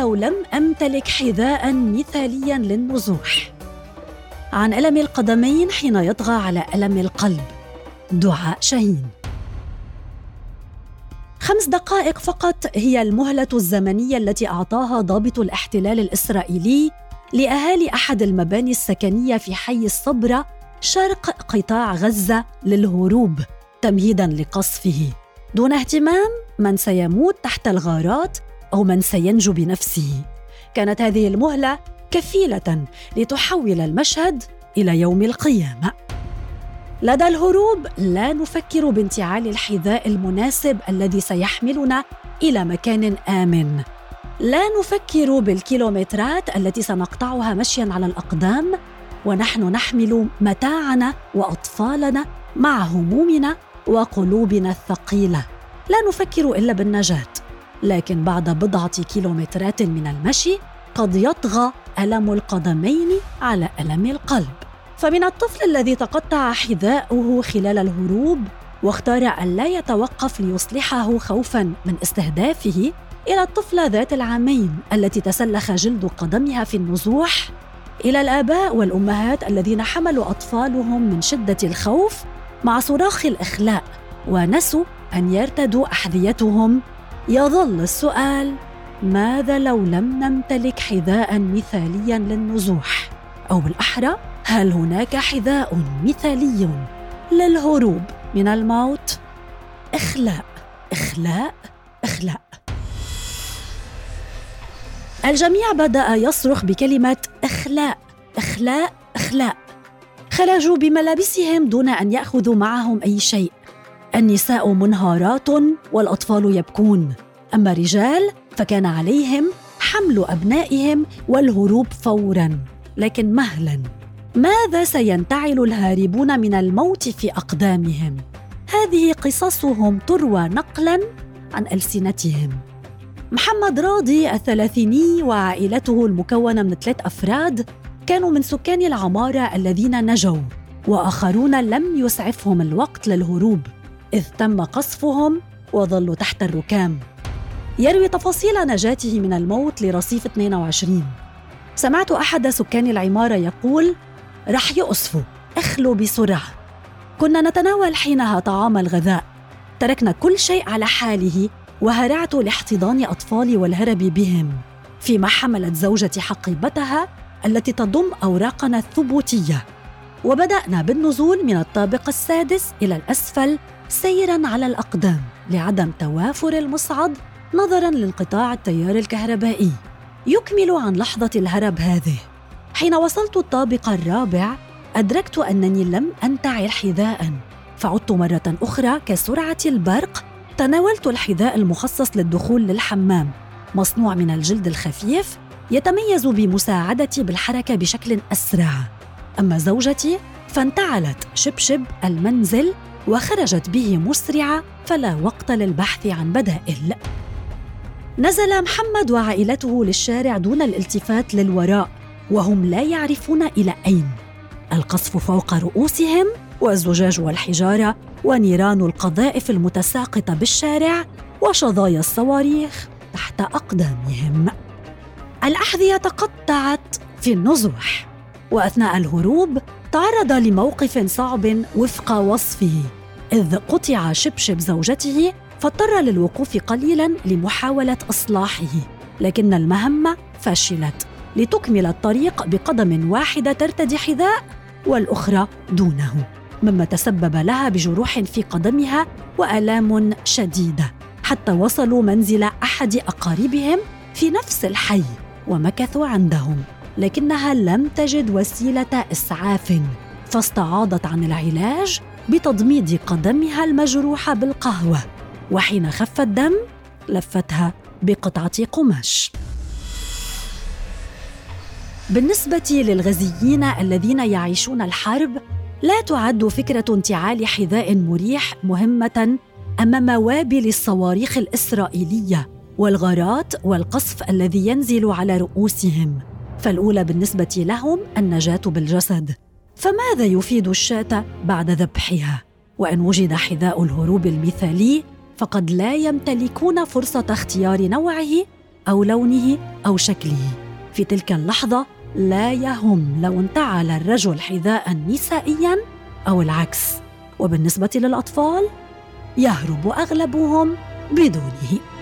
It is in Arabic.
لو لم أمتلك حذاء مثاليا للنزوح؟ عن ألم القدمين حين يطغى على ألم القلب، دعاء شاهين. 5 دقائق فقط هي المهلة الزمنية التي أعطاها ضابط الاحتلال الإسرائيلي لأهالي أحد المباني السكنية في حي الصبرة شرق قطاع غزة للهروب تمهيداً لقصفه، دون اهتمام من سيموت تحت الغارات أو من سينجو بنفسه. كانت هذه المهلة كفيلة لتحول المشهد إلى يوم القيامة. لدى الهروب لا نفكر بانتعال الحذاء المناسب الذي سيحملنا إلى مكان آمن، لا نفكر بالكيلومترات التي سنقطعها مشياً على الأقدام ونحن نحمل متاعنا وأطفالنا مع همومنا وقلوبنا الثقيلة. لا نفكر إلا بالنجاة، لكن بعد بضعة كيلومترات من المشي قد يطغى ألم القدمين على ألم القلب. فمن الطفل الذي تقطع حذاؤه خلال الهروب واختار أن لا يتوقف ليصلحه خوفاً من استهدافه، إلى الطفلة ذات العامين التي تسلخ جلد قدمها في النزوح، إلى الآباء والأمهات الذين حملوا أطفالهم من شدة الخوف مع صراخ الإخلاء ونسوا أن يرتدوا أحذيتهم، يظل السؤال: ماذا لو لم نمتلك حذاء مثاليا للنزوح؟ أو بالأحرى، هل هناك حذاء مثالي للهروب من الموت؟ إخلاء إخلاء إخلاء. الجميع بدأ يصرخ بكلمة إخلاء إخلاء إخلاء. خرجوا بملابسهم دون أن يأخذوا معهم أي شيء. النساء منهارات والأطفال يبكون، أما الرجال فكان عليهم حمل أبنائهم والهروب فوراً. لكن مهلاً، ماذا سينتعل الهاربون من الموت في أقدامهم؟ هذه قصصهم تروى نقلاً عن ألسنتهم. محمد راضي الثلاثيني وعائلته المكونة من 3 أفراد كانوا من سكان العمارة الذين نجوا، وآخرون لم يسعفهم الوقت للهروب إذ تم قصفهم وظلوا تحت الركام. يروي تفاصيل نجاته من الموت لرصيف 22: سمعت أحد سكان العمارة يقول: رح يقصفوا، اخلوا بسرعة. كنا نتناول حينها طعام الغذاء، تركنا كل شيء على حاله وهرعت لاحتضان أطفالي والهرب بهم، فيما حملت زوجتي حقيبتها التي تضم أوراقنا الثبوتية، وبدأنا بالنزول من الطابق السادس إلى الأسفل سيراً على الأقدام لعدم توافر المصعد نظراً لانقطاع التيار الكهربائي. يكمل عن لحظة الهرب هذه: حين وصلت الطابق الرابع أدركت أنني لم أنتعل حذاءً، فعدت مرة أخرى كسرعة البرق. تناولت الحذاء المخصص للدخول للحمام، مصنوع من الجلد الخفيف، يتميز بمساعدتي بالحركة بشكل أسرع. أما زوجتي فانتعلت شبشب المنزل وخرجت به مسرعة، فلا وقت للبحث عن بدائل. نزل محمد وعائلته للشارع دون الالتفات للوراء وهم لا يعرفون إلى أين. القصف فوق رؤوسهم والزجاج والحجارة ونيران القذائف المتساقطة بالشارع وشظايا الصواريخ تحت أقدامهم. الأحذية تقطعت في النزوح، وأثناء الهروب تعرض لموقف صعب وفق وصفه، إذ قطع شبشب زوجته فاضطر للوقوف قليلاً لمحاولة إصلاحه، لكن المهمة فشلت. لتكمل الطريق بقدم واحدة ترتدي حذاء والأخرى دونه، مما تسبب لها بجروح في قدمها وآلام شديدة، حتى وصلوا منزل أحد أقاربهم في نفس الحي ومكثوا عندهم، لكنها لم تجد وسيلة إسعاف، فاستعاضت عن العلاج بتضميد قدمها المجروحة بالقهوة، وحين خف الدم لفتها بقطعة قماش. بالنسبة للغزيين الذين يعيشون الحرب، لا تعد فكرة انتعال حذاء مريح مهمة أمام وابل الصواريخ الإسرائيلية والغارات والقصف الذي ينزل على رؤوسهم، فالأولى بالنسبة لهم النجاة بالجسد. فماذا يفيد الشاة بعد ذبحها؟ وإن وجد حذاء الهروب المثالي فقد لا يمتلكون فرصة اختيار نوعه أو لونه أو شكله. في تلك اللحظة لا يهم لو انتعل الرجل حذاء نسائياً أو العكس. وبالنسبة للأطفال يهرب أغلبهم بدونه.